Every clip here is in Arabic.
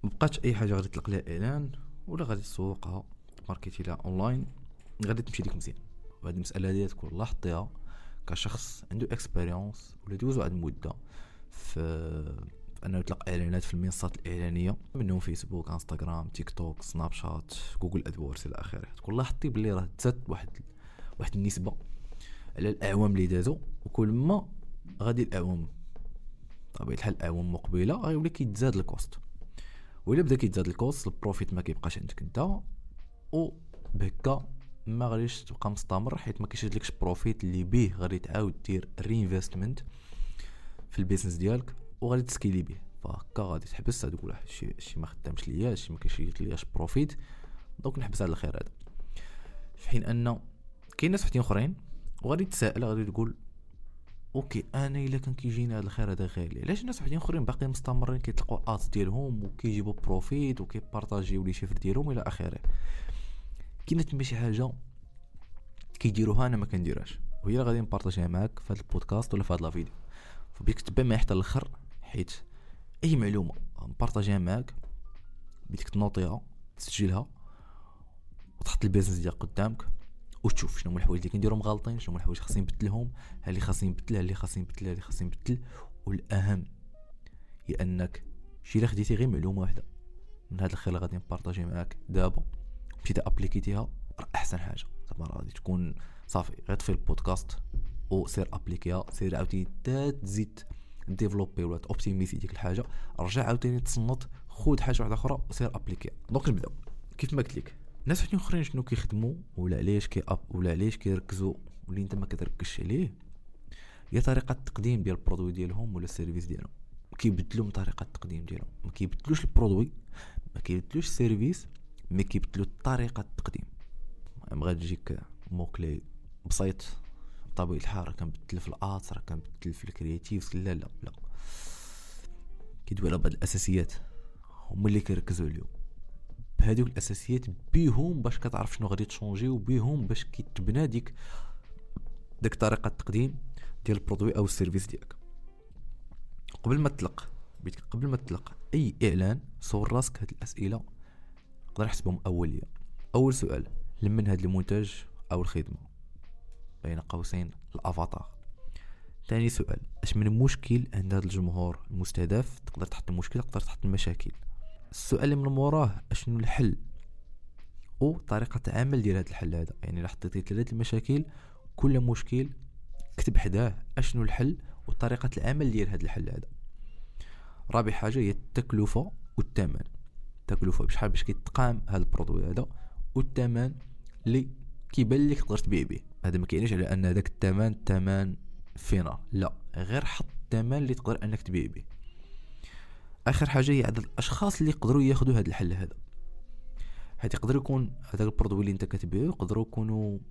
مبقاتش اي حاجه غادي تطلق لها اعلان ولا غادي تسوقها ماركتي لها اونلاين غادي تمشي ليك مزيان. وهذه المساله هذه تكون لاحظتيها كشخص عنده اكسبيريونس ولا دوز واحد المده في انه يطلق اعلانات في المنصات الاعلانيه منهم فيسبوك، انستغرام، تيك توك، سناب شات، جوجل ادورز الى اخره. تكون لاحظتي بلي راه تزاد واحد النسبه على الاعوام اللي دازوا، وكل ما غادي الاعوام طبيعه الحال الاعوام مقبله غيولي كيتزاد الكوست، وإلا بدا كيتزاد الكوست البروفيت ما كيبقاش عندك انت، وبهكا ما غاديش تبقى مستمر حيت ما كيشدلكش بروفيت اللي به غادي تعاود دير رينفستمنت في البيزنس ديالك وغادي تسكيلي به. فهكا غادي تحبس تقول شي ما خدامش ليا، شي ما كيجيش لياش بروفيت، دونك نحبس على الخير هذا. في حين ان كاين ناس وحدين اخرين وغادي تسائل غادي تقول اوكي انا الا كان كيجيني هذا الخير هذا غالي، علاش الناس وحدين اخرين باقيين مستمرين كيطلقوا ادز ديالهم وكيجيبوا بروفيت وكيبارطاجيو لي شيفر ديالهم الى اخره؟ كاينه تما شي حاجه كيديروها انا ما كنديرهاش، وهي غادي نبارطاجيها معاك في هذا البودكاست ولا في هذا الفيديو. فبيك تبع معايا حتى الاخر، حيت اي معلومه نبارطاجيها معاك بدك تنوطيها تسجلها وتحط البيزنس ديالك قدامك وتشوف شنو هما الحوايج اللي كنديرهم غالطين، شنو هما الحوايج خاصني نبدلهم، ها اللي خاصني نبدل، ها اللي خاصني نبدل، ها اللي خاصني نبدل. والاهم هي انك شي الا خديتي غير معلومه واحده من هذا الخير اللي غادي نبارطاجي معاك دابا مشيتي ابليكيتيها، راه احسن حاجه زعما غادي تكون صافي. غتطفي البودكاست وسير ابليكيها، سير عاوتاني تزيد ديفلوبي ولا اوبتيميزي ديك الحاجه، رجع عاوتاني تصنت، خذ حاجه واحده اخرى وسير ابليكيها. دونك نبداو. كيف ما قلت لك ناس وحدين اخرين شنو كيخدموا ولا علاش ولا علاش كيركزوا واللي انت ما كتركزش عليه، هي طريقه التقديم ديال البرودوي ديالهم ولا السيرفيس ديالهم. كيبدلوا من طريقه التقديم ديالهم، ما كيبدلوش البرودوي، ما كيبدلوش السيرفيس، ما كيبدلوا طريقه التقديم. ما غادي يجيك موكلي بسيط بطبيعه الحال راه كنبدل في الادز، راه كنبدل في الكرياتيفز، لا لا لا، كيدوي على بعض الاساسيات هما اللي كيركزوا عليهم. بهذوك الاساسيات بيهم باش كتعرف شنو غادي تشونجي، وبيهم باش كيتبنى ديك طريقه التقديم ديال البرودوي او السيرفيس ديالك. قبل ما تطلق اي اعلان صور راسك هاد الاسئله، نقدر نحسبهم اوليه. اول سؤال، لمن هاد المنتج او الخدمه بين قوسين الافاتار. ثاني سؤال، اش من مشكل عند هذا الجمهور المستهدف؟ تقدر تحط المشكل، تقدر تحط المشاكل. السؤال اللي من موراه اشنو الحل وطريقه العمل ديال هذا الحل هذا. يعني الا حطيتي 3 المشاكل، كل مشكل كتب حداه اشنو الحل وطريقه العمل ديال هذا الحل هذا. رابع حاجه هي التكلفه والثمن. التكلفه بشحال باش كيتقام هذا البرودوي هذا، والثمن اللي كيبان لك تقدر تبيع به. هذا ما كيعنيش على ان هذاك الثمن فينال، لا، غير حط الثمن اللي تقدر انك تبيع به. اخر حاجه هي عدد الاشخاص اللي يقدروا ياخذوا هذا الحل هذا، حيت يقدر يكون هذاك البرودوي اللي انت كتبيعه يقدروا يكونوا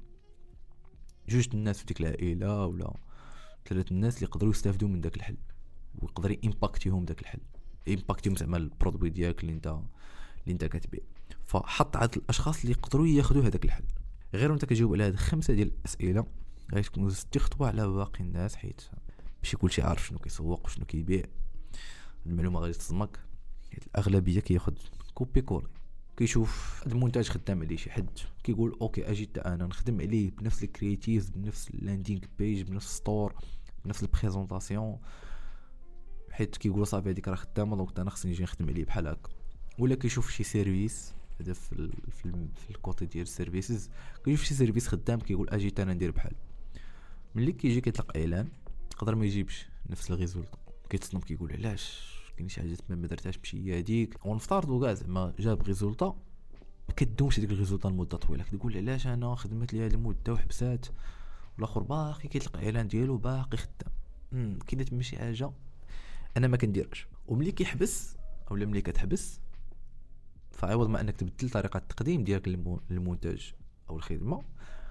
2 الناس في ديك العائله ولا 3 الناس اللي يقدروا يستافدوا من داك الحل ويقدر يمباكتيهم داك الحل، يمباكتيهم زعما البرودوي ديالك اللي انت كتبيع. فحط عدد الاشخاص اللي يقدروا ياخذوا هذاك الحل. غير وانت كتجاوب على هاد 5 ديال الاسئله غتكون زدتي خطوه على باقي الناس، حيت ماشي كلشي عارف شنو كيسوق وشنو كيبيع. المعلومه غادي تصدمك، حيت الاغلبيه كياخذ كوبي كولي، كيشوف هذا المنتج خدام عليه شي حد كيقول اوكي اجي حتى انا نخدم عليه بنفس الكرياتيف، بنفس اللاندينغ بيج، بنفس الستور، بنفس البريزونطاسيون، حيت كيقول صافي هذيك راه خدامه دونك انا خصني نجي نخدم عليه بحال هكا. ولا كيشوف شي سيرفيس هذا في الكوتي ديال السيرفيسز، كيشوف شي سيرفيس خدام كيقول اجي حتى انا ندير بحال. ملي كيجي كيطلق اعلان يقدر ما يجيبش نفس الريزولت، كيتصدم كيقول علاش كاين شي حاجه ما درتهاش ماشي هي هذيك، ونفترضوا كاع زعما جاب ريزولطا ما كدومش ديك الريزولطا لمده طويله، كتقول علاش انا خدمت لي هذه المده وحبسات والاخر باقي كيطلق اعلان ديالو باقي خدام. كاينه تما شي حاجه انا ما كنديرش. وملي كيحبس اولا ملي كتحبس، فعوض ما انك تبدل طريقه التقديم ديالك للمنتج او الخدمه،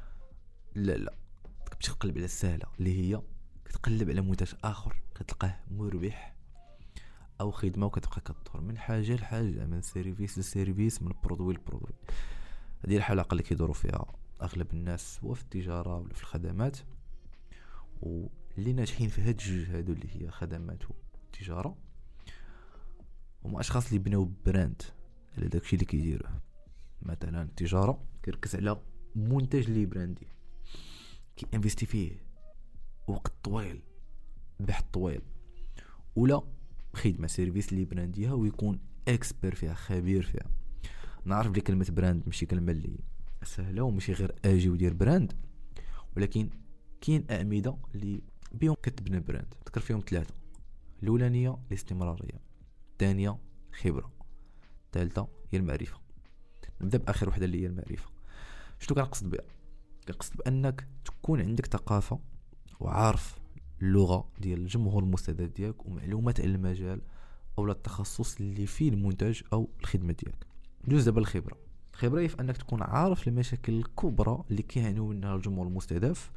لا كتمشي تقلب على السهله اللي هي كتقلب على منتج اخر كتلقاه مربح او خدمه وكتبقى كتدور من حاجه لحاجه، من سيرفيس لسيرفيس، من برودوي لبرودوي. هذه الحلقه اللي كيدوروا فيها اغلب الناس سواء في التجاره ولا في الخدمات، واللي ناجحين في هاد الجوج هادو اللي هي خدمات والتجاره هما اشخاص اللي بناو براند على داكشي اللي كيديروه. مثلا التجاره كيركز على منتج اللي براندي، كينفيستي فيه وقت طويل، بحث طويل، ولا خدمه سيرفيس اللي برانديها ويكون اكسبير فيها، خبير فيها. نعرف بلي كلمه براند ماشي كلمه اللي سهله وماشي غير اجي ودير براند، ولكن كاين اعمده اللي بهم كتبنى براند. ذكر فيهم 3. الاولانيه الاستمراريه، الثانيه خبره، الثالثه هي المعرفه. نبدا باخر وحده اللي هي المعرفه. شنو كنقصد بها؟ كنقصد بانك تكون عندك ثقافه وعارف اللغه ديال الجمهور المستهدف ديالك ومعلومات على المجال او التخصص اللي فيه المنتج او الخدمه ديالك. دوز دابا الخبره. الخبره هي في انك تكون عارف المشاكل الكبرى اللي كيعانيو منها الجمهور المستهدف،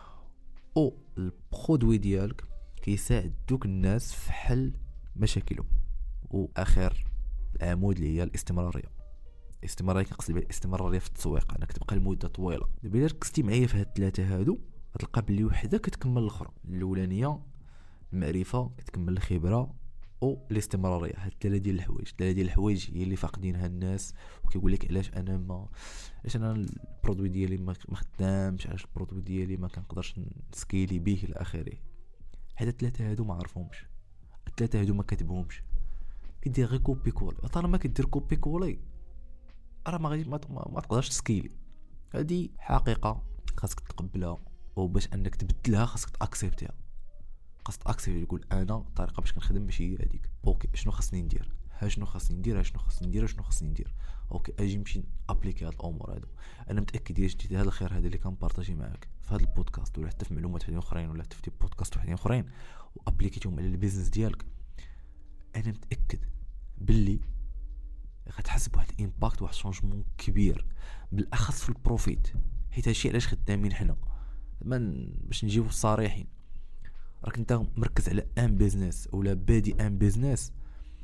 او البرودوي ديالك كيساعدوك الناس في حل مشاكلهم. واخر عمود اللي هي الاستمراريه. الاستمراريه كنقصد بها الاستمراريه في التسويق، انك تبقى لمده طويله. دابا الا ركزتي معايا في هاد الثلاثه هادو غتلقى بلي وحده كتكمل الاخرى. الاولانيه المعرفه كتكمل الخبره او الاستمراريه. هاد ثلاثه ديال الحوايج هي اللي فاقدينها الناس، وكيقول لك علاش انا البرودوي ديالي ما خدامش، علاش البرودوي ديالي ما كنقدرش نسكيلي به الى اخره. هاد الثلاثه هادو ما عرفهمش، الثلاثه هادو ما كتبهمش، كدير غير كوبي كولي. طالما كدير كوبي كولي راه ما تقدرش تسكيلي. هذه حقيقه خاصك تقبلها، وباش انك تبدلها خاصك تاكسبتيها. خاصك تاكسبتي تقول انا الطريقه باش كنخدم ماشي هي هذيك. اوكي شنو خاصني ندير؟ شنو خاصني ندير؟ اوكي اجي نمشي ابليكي هاد الامور هادو. انا متاكد الا جديت هذا الخير هذا اللي كنبارطاجي معاك في هذا البودكاست، ولا حتى في معلومات اخرين، ولا حتى في بودكاست وحدين اخرين، وابليكيتهم على البيزنس ديالك، انا متاكد باللي غتحس بواحد الامباكت، واحد الشونجمون كبير، بالاخص في البروفيت. حيت هادشي علاش خدامين حنا باش نجيو صريحين. راك انت مركز على ان بيزنس ولا بادي ان بيزنس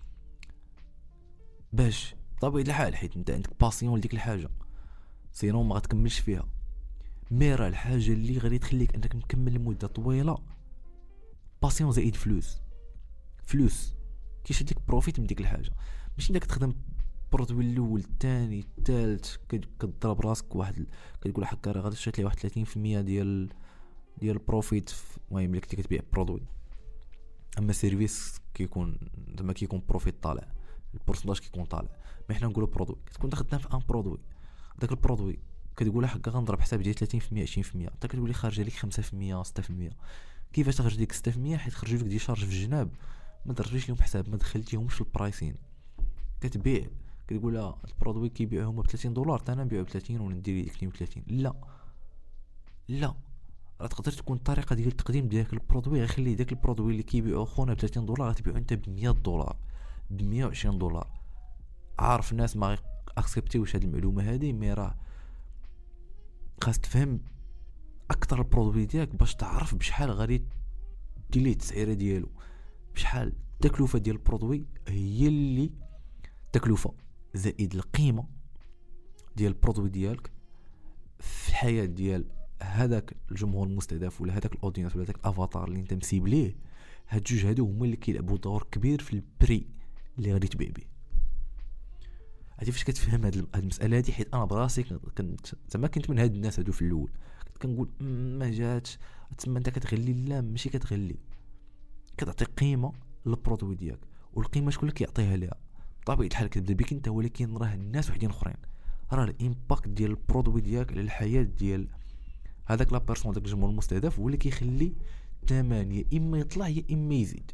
باش طبيعي الحال، حيت انت عندك باسيون لديك الحاجه، سينون ما غتكملش فيها. ميرا الحاجه اللي غادي تخليك انك مكمل لمده طويله باسيون زائد فلوس كيش ديك بروفيت من ديك الحاجه. ماشي انك تخدم برودوي الاول الثاني الثالث كتضرب راسك واحد كتقول هكا راه غادي تشري لي واحد 30% ديال البروفيت. المهم ملي كنتي كتبيع برودوي، اما سيرفيس كيكون زعما كيكون بروفيت طالع، البورسنتاج كيكون طالع. ما حنا نقولوا برودوي، كتكون خدام في ان برودوي، داك البرودوي كتقول هكا غنضرب حساب ديال 30% 20%، حتى كتولي خارجه لك 5% 6%. كيفاش تخرج ديك 6%؟ حيت خرجوا لك دي شارج في الجناب ما درتيش لهم حساب، ما دخلتيهمش في البرايسين. كتبيع كتقول لا البرودوي كيبيعوهم ب $30، حتى انا نبيعو ب 30 وندير ديك 32. لا راه تقدر تكون الطريقه ديال التقديم ديال البرودوي غيخلي داك البرودوي اللي كيبيعو خونا ب $30 غتبيعو انت ب $100 ب $120. عارف الناس ما اكسبتيوش هاد المعلومه هذه، مي راه خاص تفهم اكثر البرودوي ديالك باش تعرف بشحال غادي ديري التسعيره ديالو، بشحال التكلفه ديال البرودوي هي اللي تكلفه زائد القيمه ديال البرودوي ديالك في الحياه ديال هذاك الجمهور المستهدف، ولا هذاك الاودينس، ولا هذاك الافاتار اللي انت مسيب ليه. هاد جوج هادو هما اللي كيلعبوا دور كبير في البري اللي غادي تبيع به. عرفتي فاش كتفهم هاد المساله هادي؟ حيت انا براسي كنت زعما كنت من هاد الناس هادو في الاول، كنت كنقول ما جاتش تما. انت كتغلي، لا ماشي كتغلي، كتعطي قيمه للبرودوي ديالك، والقيمه شكون اللي كيعطيها ليها؟ بطبيعه الحال كتبدا بك انت، ولكن راه الناس وحدين اخرين. راه الامباكت ديال البرودوي ديالك على الحياه ديال هذاك لا بيرسون، داك الجمهور المستهدف، هو اللي كيخلي الثمن يا اما يطلع يا اما يزيد.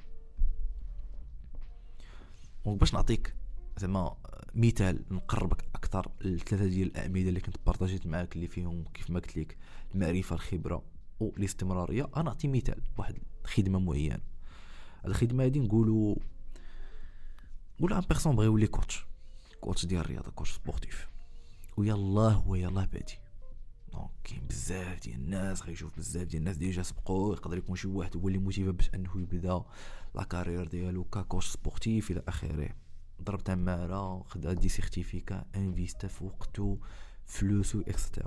وباش نعطيك زعما مثال نقربك اكثر الثلاثه ديال الاعمده اللي كنت بارطاجيت معاك، اللي فيهم كيف ما قلت لك المعرفه، الخبره والاستمراريه. انا نعطي مثال بواحد خدمه معينه. الخدمه هذه نقولوا ان بيرسون بغى يولي كوتش ديال الرياضه، كوتش سبورتيف، ويلاه بادي. دونك كاين بزاف ديال الناس، غيشوف بزاف ديال الناس ديجا سبقوه. يقدر يكون شي واحد هو اللي موتيفا باش انه يبدا لا كارير ديالو ككوتش سبورتيف الى اخره. ضرب تماره، خدا دي سيرتيفيكا، انفيستا في وقته، فلوسو اكسترا.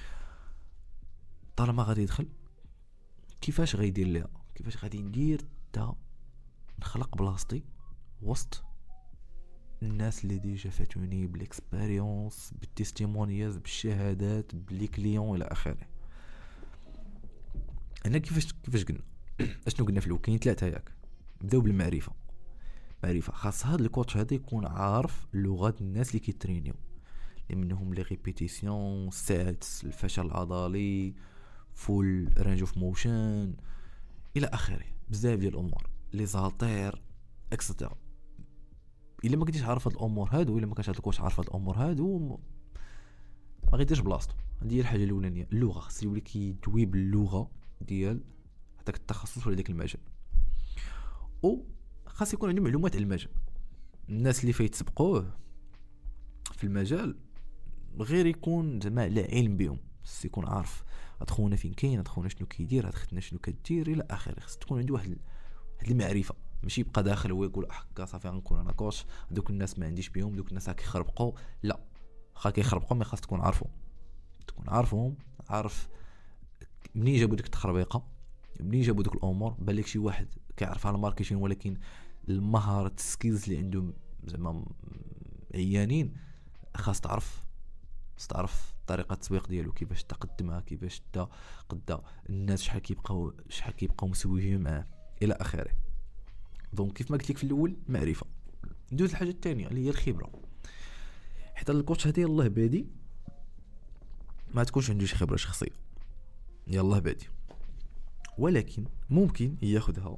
طالما غادي يدخل كيفاش غيدير ليها؟ كيفاش غادي ندير تا نخلق بلاصتي وسط الناس اللي ديجا فاتوني بالاكسبيريونس بالتستيمونياز بالشهادات بلي كليون الى اخره. انا كيفاش قلنا اشنو قلنا في الاول؟ كاين ثلاثه ياك. نبداو بالمعرفه. معرفه خاص هذا الكوتش هذا يكون عارف لغات الناس اللي كيترينيو، اللي منهم لي ريبيتيسيون، سيتس، الفشل العضلي، فول رينج اوف موشن الى اخره. بزاف ديال الامور لي زالتير اكسترا. الا ما كنتيش عارف هاد الامور هادو، الا ما كانش هاد الكوتش عارف هاد الامور هادو، ما غيديرش بلاصتو. هذه هي الحاجه الاولانيه. اللغه خص يولي كيدوي باللغه ديال هذاك التخصص ولا داك المجال، او خاص يكون عنده معلومات على المجال. الناس اللي فيتسبقوه في المجال غير يكون زعما على علم بهم، خص يكون عارف هاد خونا فين كاين، هاد خونا شنو كيدير، هاد ختنا شنو كدير الى اخره. خص تكون عنده واحد المعرفه، ماشي يبقى داخل هو يقول هكا صافي غنكون انا كوتش، دوك الناس ما عنديش بهم، دوك الناس كيخربقوا. لا، خا كيخربقوا مي خاص تكون عارفهم، عارف منين جابوا ديك التخربيقه، منين جابوا دوك الامور. بالك شي واحد كيعرف على الماركتين ولكن المهاره السكيلز اللي عندهم زعما عيانين، خاص تعرف طريقه التسويق ديالو، كيفاش تقدمها، كيفاش قدا الناس، شحال كيبقاو مسويين معاه الى اخره. دونك كيف ما قلت لك في الاول معرفه. ندوز الحاجه الثانيه اللي هي الخبره. حيت الكوتش هذا يلاه بادي ما تكونش عنده شي خبره شخصيه، يلاه بادي، ولكن ممكن ياخذها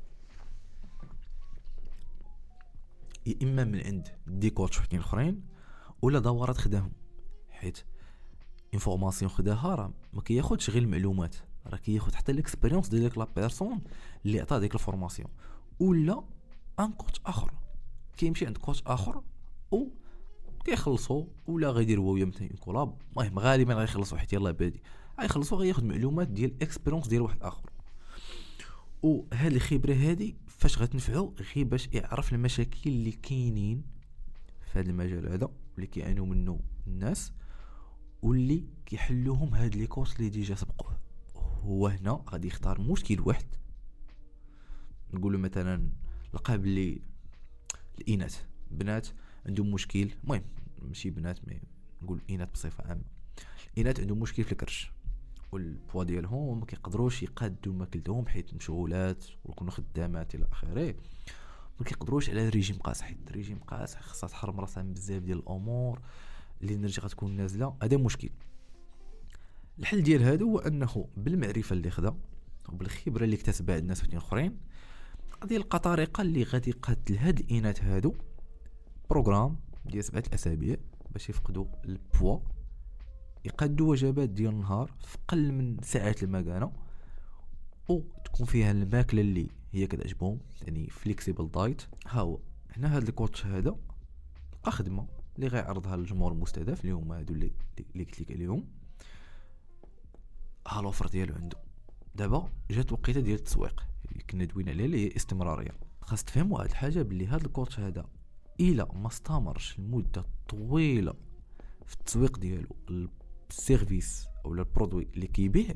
يا اما من عند دي كوتش وحدين اخرين ولا دورات خداهم. حيت انفورماسيون خداها راه ما كياخذش غير المعلومات، راه كياخذ حتى الاكسبيريونس ديال ديك لا بيرسون اللي عطا ديك الفورماسيون. ولا ان كوتش اخر كيمشي عند كوتش اخر او كيخلصوا، ولا غيدير هو وياه مثلا كولاب. المهم غالبا غيخلصوا حيت يلاه بادي، غيخلصوا غياخذ معلومات ديال الاكسبيريونس ديال واحد اخر. وهاد الخبره هادي فاش غتنفعو؟ غير باش يعرف المشاكل اللي كاينين في هذا المجال هذا واللي كيعانوا منه الناس، واللي كيحلوهم هاد لي كورس اللي ديجا سبقوه. هو هنا غادي يختار مشكل واحد. نقولوا مثلا لقى بلي الاناث بنات عندهم مشكل، المهم ماشي بنات مي نقول الاناث بصفه عامه، الاناث عندهم مشكل في الكرش والبوا ديالهم، ما كيقدروش يقادوا ماكلتهم حيت مشغولات ويكونوا خدامات الى اخره. ما كيقدروش على الريجيم قاصح، حيت الريجيم قاصح خاصها تحرم راسها من بزاف ديال الامور اللي نرجع غتكون نازله. هذا مشكل. الحل ديال هذا هو انه بالمعرفه اللي خدا وبالخبره اللي اكتسبها عند الناس اخرين غادي يلقى طريقه اللي غادي يقاد لهاد الاناث هادو بروغرام ديال 7 الاسابيع باش يفقدوا البوا، يقادوا وجبات ديال النهار في قل من ساعات المكانه، او تكون فيها الماكله اللي هي كتعجبهم، يعني فليكسيبل دايت. ها هو هنا هذا الكوتش هذا لقى خدمه اللي غيعرضها للجمهور المستهدف اللي هما هادو اللي قلت لك عليهم. ها لوفر ديالو عنده. دابا جات وقيته ديال التسويق اللي كنا دوينا عليه اللي هي استمراريه. خاص تفهموا هاد الحاجه بلي هاد الكوتش هذا الا ما استمرش لمده طويله في التسويق ديالو السيرفيس او البرودوي اللي كيبيع،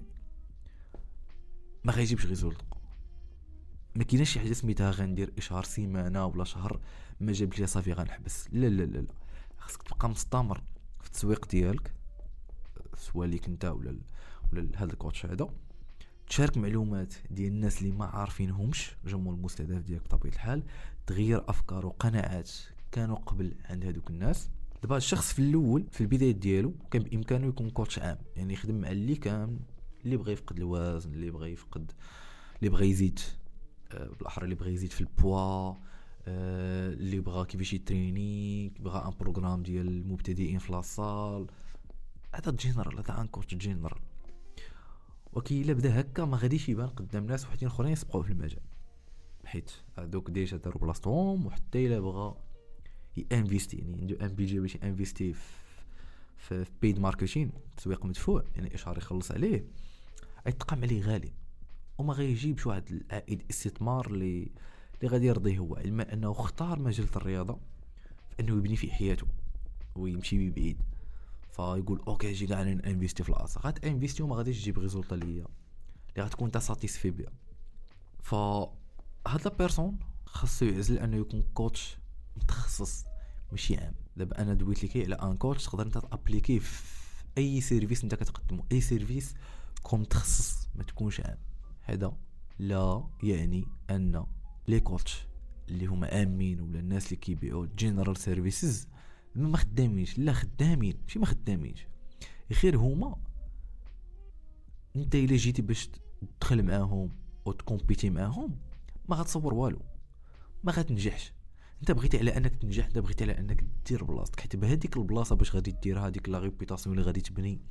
ما غيجيبش ريزولت. ما كايناش شي حاجه سميتها غندير اشهار سيمانه ولا شهر ما جابش لي صافي غنحبس. لا لا لا لا، خاصك تبقى مستمر في التسويق ديالك، سواء ليك انت ولا هذا الكوتش هذا. تشارك معلومات ديال الناس اللي ما عارفينهمش، جمهور المستهدف ديالك بطبيعه الحال، تغيير افكار وقناعات كانوا قبل عند هذوك الناس. دابا الشخص في الاول في البدايه ديالو كان بامكانه يكون كوتش عام، يعني يخدم مع اللي كان، اللي بغى يفقد الوزن، اللي بغى يزيد، بالاحرى اللي بغى يزيد في البوا، اللي بغى كيفاش يتريني، بغى ان بروغرام ديال المبتدئين في لاصال. هذا جينيرال، هذا ان كوتش جينيرال. وكي الا بدا هكا ما غاديش يبان قدام ناس وحدين اخرين يسبقوا في المجال، حيت هذوك ديجا داروا بلاصتهم. وحتى الا بغى يانفيستي، يعني عنده ان بيجي باش يانفيستي في بيد ماركتين، تسويق مدفوع، يعني اشهار يخلص عليه، يتقام عليه غالي وما غيجيبش واحد العائد استثمار اللي غادي يرضيه هو، علما انه اختار مجال الرياضه انه يبني في حياته ويمشي بعيد. فيقول اوكي جي كاع انفيستي في الاصل، غات انفيستي وما غاديش تجيب ريزولطه اللي غتكون انت ساتيسفي بها. فهاد لا بيرسون خاصو يعزل انه يكون كوتش متخصص ماشي عام. دابا انا دويت لك على ان كوتش تقدر انت تابليكي في اي سيرفيس انت كتقدمه، اي سيرفيس كون متخصص، ما تكونش عام. هذا لا يعني ان لي كوتش اللي هما عامين ولا الناس اللي كيبيعوا جنرال سيرفيسز ما خدامينش، لا خدامين، ماشي ما خدامينش، غير هما انت الا جيتي باش تدخل معاهم او تكومبيتي معاهم ما غتصور والو، ما غتنجحش. انت بغيتي على انك تنجح، انت بغيتي على انك دير بلاصتك، حيت بهذيك البلاصه باش غادي ديرها، هذيك لا ريبيتاسيون اللي غادي تبني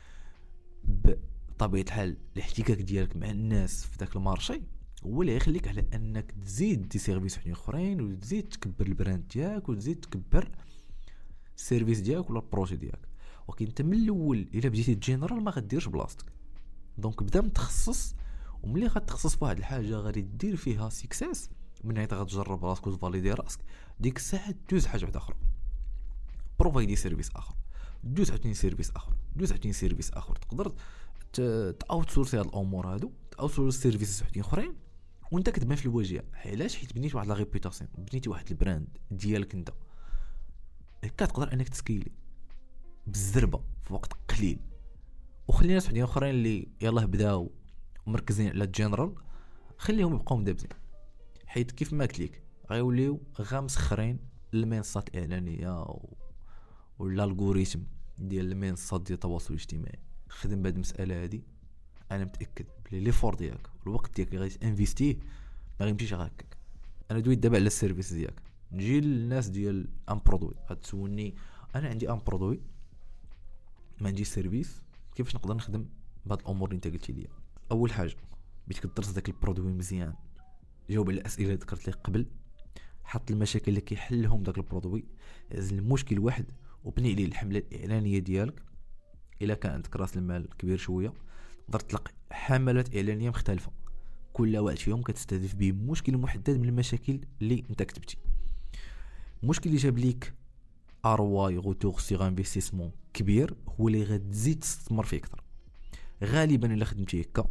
بطبيعه الحال الاحتكاك ديالك مع الناس في داك المارشي هو اللي يخليك على انك تزيد دي سيرفيس اخرين وتزيد تكبر البراند ديالك وتزيد تكبر السيرفيس ديالك ولا البروجي ديالك. ولكن انت من الاول الا بديتي جنرال ما غديرش بلاصتك. دونك بدا متخصص، وملي غتخصص في واحد الحاجه غادي دير فيها سيكسيس، من هنا غتجرب راسك وتفاليدي راسك، ديك الساعه دوز حاجه واحده اخرى، بروفايدي سيرفيس اخر، دوز عاوتاني سيرفيس اخر، دوز عاوتاني سيرفيس اخر. تقدر تاوت سورسي هاد الامور هادو، تاوت سورسي سيرفيسز وحدين اخرين وانت كتبان في الواجهه. علاش؟ حيت بنيتي واحد لا ريبيتاسيون، بنيتي واحد البراند ديالك انت. هكا تقدر انك تسكيلي بالزربه في وقت قليل. وخلي ناس وحدين اخرين اللي يلاه بداو ومركزين على الجنرال خليهم يبقاو مدابزين، حيت كيف ما قلت لك غيوليو غا مسخرين المنصات الاعلانيه ولا الالغوريثم ديال المنصات ديال التواصل الاجتماعي. خدم بهاد المساله هادي، انا متاكد بلي لي فور ديالك والوقت ديالك اللي غادي انفيستيه ما غيمشيش هكاك. انا دويت دابا على السيرفيس ديالك، نجي للناس ديال ان برودوي. غتسولني انا عندي ان برودوي ما عندي سيرفيس، كيفاش نقدر نخدم بهاد الامور اللي انت قلتي لي؟ اول حاجه بديك تدرس داك البرودوي مزيان، جاوب على الاسئله اللي ذكرت لك قبل، حط المشاكل اللي كيحلهم داك البرودوي، عزل المشكل واحد وبني عليه الحمله الاعلانيه ديالك. الا كان عندك راس المال كبير شويه تقدر تطلق حملات اعلانيه مختلفه، كل واحد فيهم كتستهدف به مشكل محدد من المشاكل اللي انت كتبتي. المشكل اللي جاب ليك ارواي غوتور سيغ انفستيسمون كبير هو اللي غتزيد تستثمر فيه اكثر. غالبا الا خدمتي هكا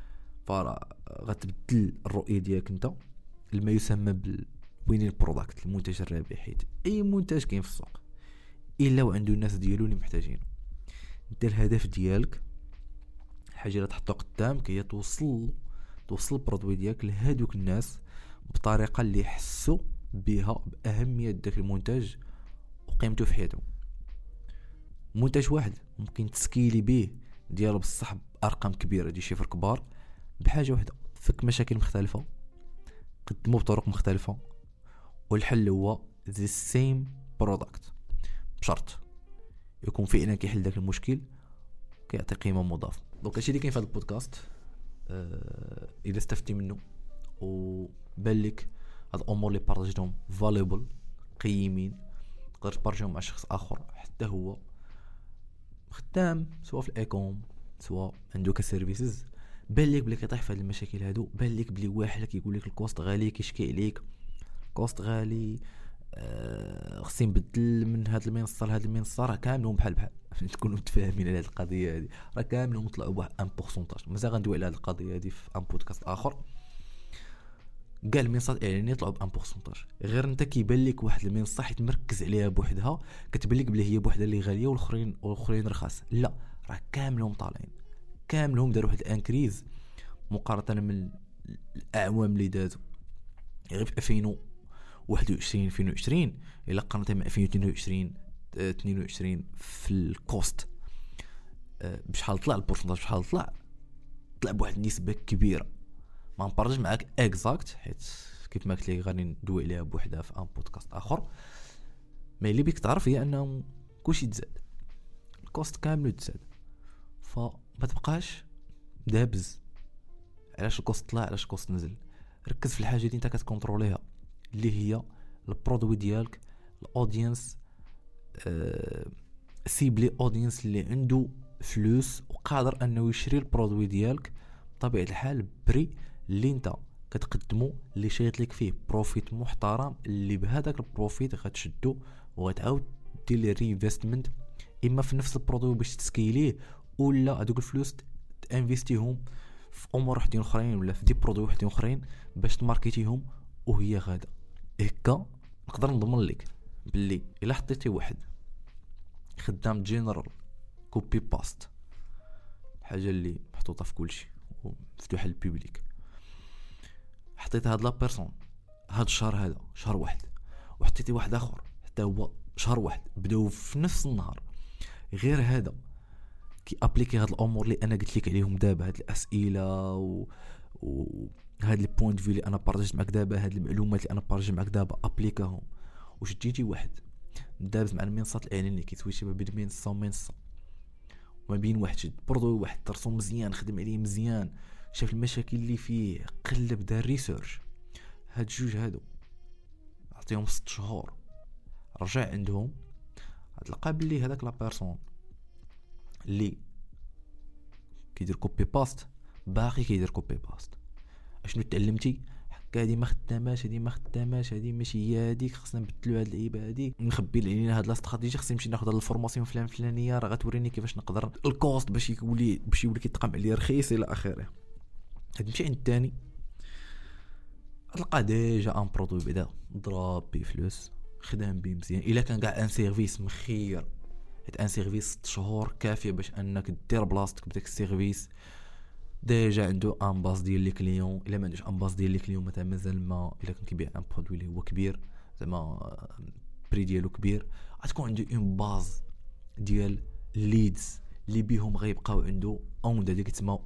غتبدل الرؤيه ديالك انت لما يسمى بالوينين برودكت، المنتج الرابح. حيت اي منتج كاين في السوق الا وعنده الناس ديالو اللي محتاجينه. انت الهدف ديالك حاجه اللي تحطها قدامك هي توصل البرودوي ديالك لهادوك الناس بطريقه اللي يحسوا بها باهميه داك المنتج وقيمته في حياتهم. منتج واحد ممكن تسكيلي به ديالو بصح بارقام كبيره، دي شيفر كبار، بحاجه واحده فك مشاكل مختلفه، قدموا بطرق مختلفه، والحل هو the same product، بشرط يكون فعلا كيحل داك المشكل كيعطي قيمه مضافه. دونك هادشي اللي كاين في هذا البودكاست. اذا استفدتي منه وبان لك هاد الامور اللي بارطاجتهم فاليبل قيمين، تقدر تبارطاجيهم مع شخص اخر حتى هو خدام سواء في الايكوم سواء عنده كسيرفيسز، بان لك بلي كيطيح في هاد المشاكل هادو، بان لك بلي واحد كيقول لك الكوست غالي، كيشكي عليك كوست غالي، خصني نبدل من هاد المنصه لهاد المنصه. راه كاملهم بحال تكونوا متفاهمين على هاد القضيه هادي، راه كاملهم طلعوا بواحد 1%. مازال غندوي على هاد القضيه هادي في ان بودكاست اخر. كاع المنصات الاعلانيه طلعوا ب 1%، غير انت كيبان لك واحد المنصه حيت مركز عليها بوحدها كتبان لك بلي هي بوحدها اللي غاليه والاخرين رخاص. لا، راه كاملهم طالعين، كاملهم داروا واحد الانكريز مقارنه من الاعوام اللي دازوا. غير في 2021 الا قارنتها مع 2022 في الكوست بشحال طلع البورسنتاج، بشحال طلع بواحد النسبه كبيره. ما نبارطاج معاك اكزاكت حيت كيف ما قلت لك غادي ندوي عليها بوحدها في ان بودكاست اخر. ما اللي بيك تعرف هي انه كلشي تزاد، الكوست كامل تزاد، فما تبقاش دابز علاش الكوست طلع علاش الكوست نزل. ركز في الحاجه اللي انت كتكونتروليها اللي هي البرودوي ديالك، الاودينس، سيبلي اودينس اللي عنده فلوس وقادر انه يشري البرودوي ديالك بطبيعه الحال بري اللي انت كتقدمه، اللي شايط لك فيه بروفيت محترم، اللي بهذاك البروفيت غتشدو وغتعاود دير لي رينفستمنت اما في نفس البرودوي باش تسكيليه، ولا هذوك الفلوس تانفيستيهم في امور وحدين اخرين ولا في دي برودوي وحدين اخرين باش تماركيتيهم وهي غاده. هكا نقدر نضمن لك باللي الا حطيتي واحد خدام جنرال كوبي باست، حاجه اللي محطوطه في كلشي ومفتوحه للبوبليك، حطيت هاد لا بيرسون هاد الشهر هذا شهر واحد، وحطيتي واحد اخر حتى هو شهر واحد، بداو في نفس النهار، غير هذا كي ابليكي هاد الامور اللي انا قلت لك عليهم دابا، هاد الاسئله هاد لي بوينت في اللي انا بارطاجيت معك دابا، هاد المعلومات اللي انا بارطاجيت معك دابا، ابليكاهم وشديتي واحد دابز مع المنصات الاعلانيه اللي كيتسويتي ما بين منصه ومنصه، وما بين واحد شد برودوي واحد ترسو مزيان، خدم عليه مزيان، شاف المشاكل اللي فيه، قلب دار ريسيرش، هاد جوج هادو عطيهم 6 شهور، رجع عندهم، غتلقى بلي هذاك لا بيرسون اللي كيدير كوبي باست باقي كيدير كوبي باست. اشنو تعلمتي؟ حكا هادي ما خداماش، هادي ماشي هي هاديك، خصنا نبدلوا هاد اللعيبه هادي، نخبي علينا هاد لاستراتيجي، خصني نمشي ناخذ هاد الفورماسيون فلانيه راه غتوريني كيفاش نقدر الكوست باش يولي كيتقام عليا رخيص الى اخره. هاد مشي عند الثاني تلقى ديجا ان برودوي بعدا ضرب بيه فلوس، خدام بيه مزيان، الا كان كاع ان سيرفيس مخير، حيت ان سيرفيس 6 شهور كافيه باش انك دير بلاصتك بداك السيرفيس، ديجا عنده ان باز ديال لي كليون. الا ما عندوش ان باز ديال لي كليون مثلا مازال ما، الا كان كيبيع ان برودوي اللي هو كبير زعما بري ديالو كبير، غتكون عنده اون باز ديال ليدز اللي بيهم غيبقاو عنده اوند، هذيك كيتسمى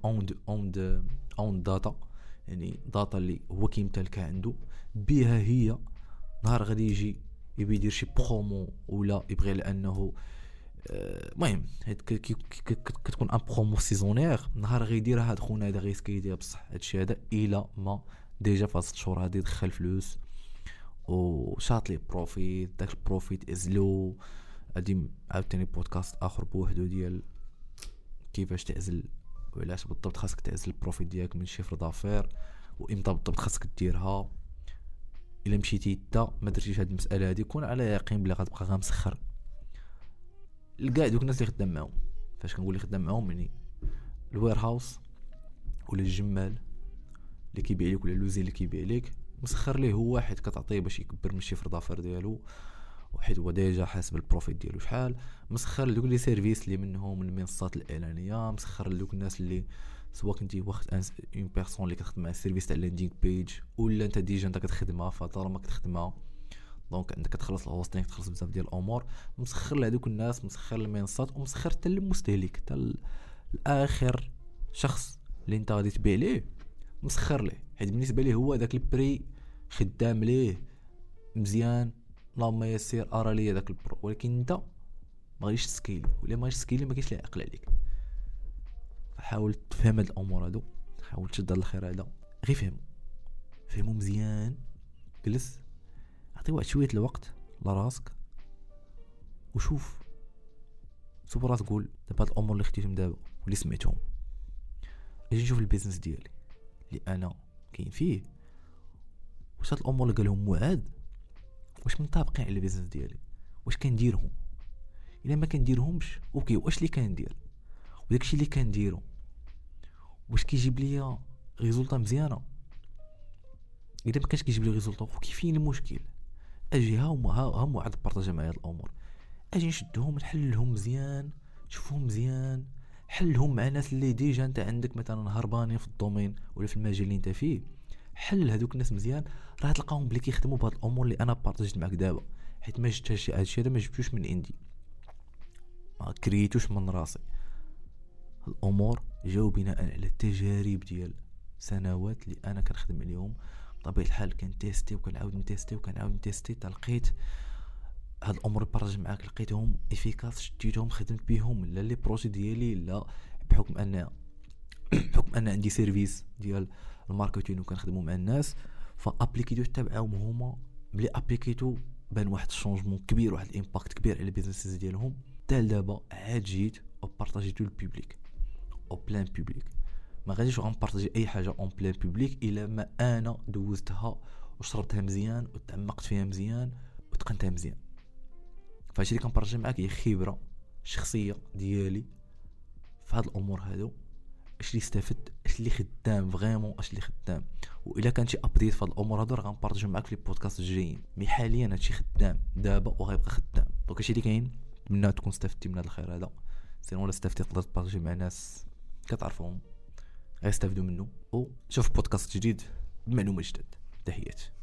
اوند داتا، يعني داتا اللي هو كيمتلكها عنده، بها هي نهار غادي يجي يبي يدير شي برومو ولا يبغي لانه المهم كتكون ان برومو سيزونير، نهار غيدير هاد خونا هذا غيسكي يدير بصح هادشي هذا الا ما ديجا في 6 شهور هادي دخل فلوس وشاط لي بروفيت، داك البروفيت ازلو. غادي عاوتاني بودكاست اخر بوحدو ديال كيفاش تعزل وعلاش بالضبط خاصك تعزل البروفيت ديالك من شيفر دافير، وامتى بالضبط خاصك ديرها. الا مشيتي حتى ما درتيش هاد المساله هادي، كون على يقين بلي غتبقى غامسخر لكاع دوك الناس اللي خدام معاهم. فاش كنقول لي خدام معاهم يعني الوير هاوس ولا الجمال اللي كيبيع لك ولا اللوزي اللي كيبيع لك، مسخر ليه هو واحد كتعطيه باش يكبر من الشيفر دافير ديالو، وحيت هو ديجا حاسب البروفيت ديالو شحال. مسخر لدوك لي سيرفيس اللي منهم المنصات الاعلانيه، مسخر لدوك الناس اللي سواء كنتي واخد اون بيرسون اللي كتخدم مع السيرفيس تاع لاندينغ بيج، ولا انت ديجا انت كتخدمها فطالما كتخدمها دونك عندك كتخلص الهوستينغ، تخلص بزاف ديال الامور. مسخر لهذوك الناس، مسخر المنصات، ومسخر حتى للمستهلك، حتى الاخر شخص اللي انت غادي تبيع ليه مسخر ليه، حيت بالنسبه ليه هو داك البري خدام ليه مزيان، اللهم يسير ارى لي داك البرو، ولكن انت ما غاديش تسكيلي، ولا ما غاديش تسكيلي ما كاينش لا عقل عليك. فحاول تفهم هاد الامور هادو، حاول تشد الخير هذا، غير فهمو مزيان، جلس عطي واحد شويه الوقت لراسك وشوف صبر راسك، قول دابا هاد الامور اللي خديتهم دابا واللي سمعتهم، اجي نشوف البيزنس ديالي اللي انا كاين فيه، واش هاد الامور اللي قالهم معاد واش منطابقين على البيزنس ديالي، واش كنديرهم، الا ما كنديرهمش اوكي، واش اللي كندير وداكشي اللي كنديرو واش كيجيب ليا ريزولطا مزيانه. اذا ما كانش كيجيب لي ريزولطا كيفين المشكل، اجي ها عاد بارطاجا معايا الامور، اجي نشدهم نحللهم مزيان، شوفهم مزيان، حلهم مع ناس اللي ديجا انت عندك مثلا هربانين في الدومين ولا في المجال اللي انت فيه، حل هذوك الناس مزيان، راه تلقاهم بلي كيخدموا بهاد الامور اللي انا بارطاجيت معاك دابا، حيت ما جبتش هادشي هذا ما جبتوش من عندي، ما كريتوش من راسي. الامور جاو بناء على التجارب ديال سنوات اللي انا كنخدم عليهم، بطبيعه الحال كنتيستي وكنعاود نتيستي لقيت هاد الامور بارطاج معاك، لقيتهم افيكاس، شديتهم خدمت بهم، لا لي بروجي ديالي، لا بحكم ان عندي سيرفيس ديال الماركتينغ وكنخدموا مع الناس، فابليكيتو تبعهم هما بلي ابليكيتو بان واحد الشونجمون كبير، واحد الامباكت كبير على البيزنس ديالهم. حتى دابا عاد جيت وبارطاجيتو للبوبليك او بلان بوبليك، ما غاديش غنبارطاجي اي حاجه اون بلان بوبليك الا ما انا دوزتها وشربتها مزيان وتعمقت فيها مزيان وتقنتها مزيان. فهادشي اللي كنبارطاجي معاك هي خبره شخصيه ديالي في هاد الامور هادو، اش اللي استفدت، اش اش اللي خدام فريمون، اش اللي خدام. والا كان شي ابديت في هاد الامور هادو راه غنبارطاجيو معاك في البودكاست الجايين. مي حاليا هادشي خدام دابا وغيبقى خدام. دونك هادشي اللي كاين. نتمنى تكون استفدتي من هذا الخير هذا. سينو ولا استفدتي تقدر تبارطاجي مع ناس كتعرفهم غيستافدوا منه. وشوف بودكاست جديد بمعلومه جديد. تحياتي.